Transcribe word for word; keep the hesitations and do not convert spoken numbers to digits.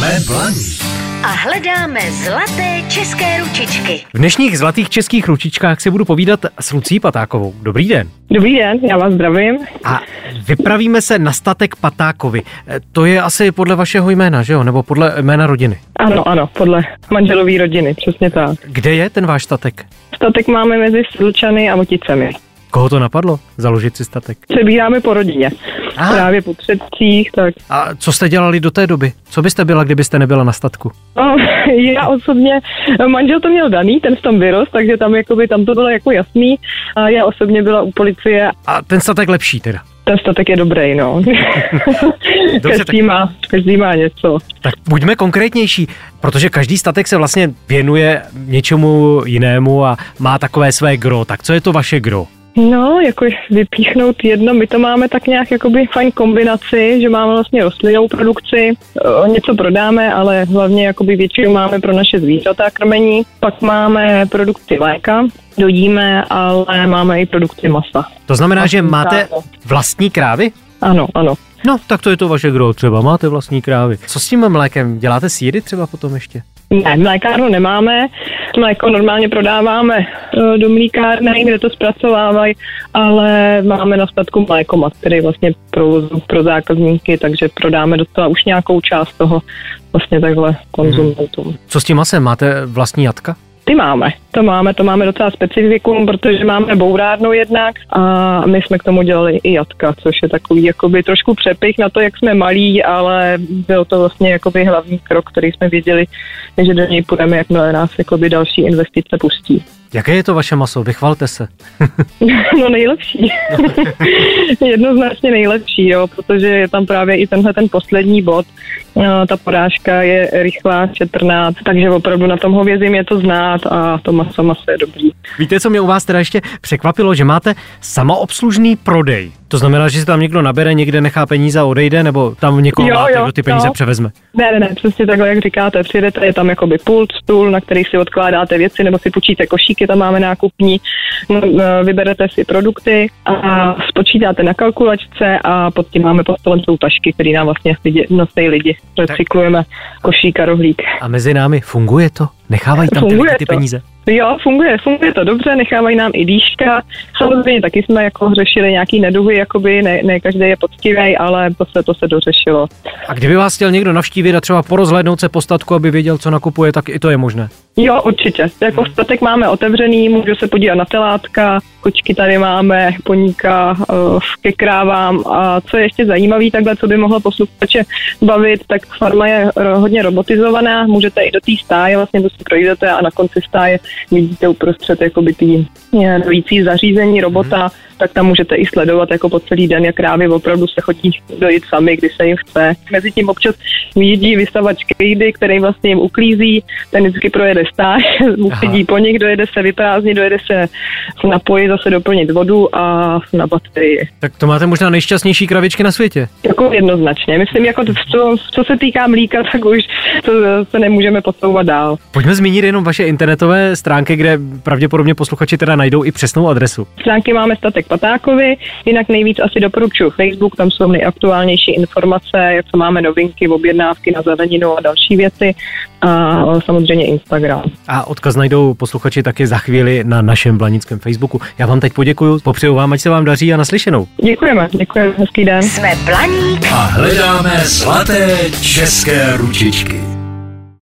Jsme blaní. A hledáme zlaté české ručičky. V dnešních zlatých českých ručičkách si budu povídat s Lucí Patákovou. Dobrý den. Dobrý den, já vás zdravím. A vypravíme se na statek Patákovi. To je asi podle vašeho jména, že jo? Nebo podle jména rodiny? Ano, ano, podle manželové rodiny, přesně tak. Kde je ten váš statek? Statek máme mezi Sedlčany a Voticemi. Koho to napadlo, založit si statek? Přebíráme po rodině. Aha. Právě po předcích, tak. A co jste dělali do té doby? Co byste byla, kdybyste nebyla na statku? No, já osobně, manžel to měl daný, ten v tom vyrost, takže tam, jakoby, tam to bylo jako jasný. A já osobně byla u policie. A ten statek lepší teda? Ten statek je dobrý, no. Dobře, každý, tak... má, každý má něco. Tak buďme konkrétnější, protože každý statek se vlastně věnuje něčemu jinému a má takové své gro. Tak co je to vaše gro? No, jako vypíchnout jedno, my to máme tak nějak jakoby fajn kombinaci, že máme vlastně rostlinnou produkci, o, něco prodáme, ale hlavně jakoby většinou máme pro naše zvířata krmení, pak máme produkci mléka, dojíme, ale máme i produkci masa. To znamená, že máte vlastní krávy? Ano, ano. No, tak to je to vaše gro, třeba máte vlastní krávy. Co s tím mlékem? Děláte sýry třeba potom ještě? Ne, mlékárnu nemáme, mléko normálně prodáváme do mlékárny, kde to zpracovávají, ale máme na statku mlékomat, který vlastně pro, pro zákazníky, takže prodáme docela už nějakou část toho vlastně takhle konzumentům. Hmm. Co s tím masem? Máte vlastní jatka? Ty máme, to máme, to máme docela specifikum, protože máme bourárnu jednak a my jsme k tomu dělali i jatka, což je takový jakoby trošku přepich na to, jak jsme malí, ale byl to vlastně jakoby hlavní krok, který jsme věděli, že do něj půjdeme, jakmile nás jakoby další investice pustí. Jaké je to vaše maso? Vychvalte se. No nejlepší. Jednoznačně nejlepší, jo, protože je tam právě i tenhle ten poslední bod. No, ta porážka je rychlá, šetrná, takže opravdu na tom hovězím je to znát a to maso, maso je dobrý. Víte, co mě u vás teda ještě překvapilo, že máte samoobslužný prodej. To znamená, že si tam někdo nabere, někde nechá peníze a odejde, nebo tam někoho jo, máte, jo, kdo ty peníze no. převezme? Ne, ne, ne, přesně takhle, jak říkáte, přijedete, je tam jakoby pult, stůl, na který si odkládáte věci, nebo si půjčíte košíky, tam máme nákupní, vyberete si produkty a spočítáte na kalkulačce a pod tím máme pod stolem jsou tašky, které nám vlastně lidi, nosí lidi. Recyklujeme košík a rohlík. A mezi námi funguje to? Nechávají tam ty, ty peníze? Jo, funguje, funguje to dobře, nechávají nám i dýška. Samozřejmě taky jsme jako řešili nějaký neduhy, jakoby ne, ne každý je poctivý, ale to se, to se dořešilo. A kdyby vás chtěl někdo navštívit a třeba porozhlédnout se po statku, aby věděl, co nakupuje, tak i to je možné? Jo, určitě. Jako statek máme otevřený, můžu se podívat na telátka, kočky tady máme, poníka, ke krávám a co je ještě zajímavý takhle, co by mohlo posluchače bavit, tak farma je hodně robotizovaná, můžete i do té stáje, vlastně to si projdete a na konci stáje vidíte uprostřed jakoby tý dojící zařízení robota, hmm. tak tam můžete i sledovat jako po celý den, jak krávy opravdu se chodí dojít sami, kdy se jim chce. Mezi tím občas vyjíždí vystavač kejdy, který vlastně jim uklízí, ten vždycky projede stáž, uklidí po nich, dojede se vyprázdnit, dojede se napojit, zase doplnit vodu a na baterii. Tak to máte možná nejšťastnější kravičky na světě. Jako jednoznačně. Myslím, jako co, co se týká mlíka, tak už to se nemůžeme posouvat dál. Pojďme zmínit jenom vaše internetové stránky, kde pravděpodobně posluchači teda najdou i přesnou adresu. Stránky máme statek Patákovi, jinak nejvíc asi doporučuji Facebook, tam jsou nejaktuálnější informace, co máme novinky, objednávky na zeleninu a další věci a samozřejmě Instagram. A odkaz najdou posluchači taky za chvíli na našem blanickém Facebooku. Já vám teď poděkuju, popřeju vám, ať se vám daří a naslyšenou. Děkujeme, děkujeme, hezký den. Jsme Blaník a hledáme zlaté české ručičky.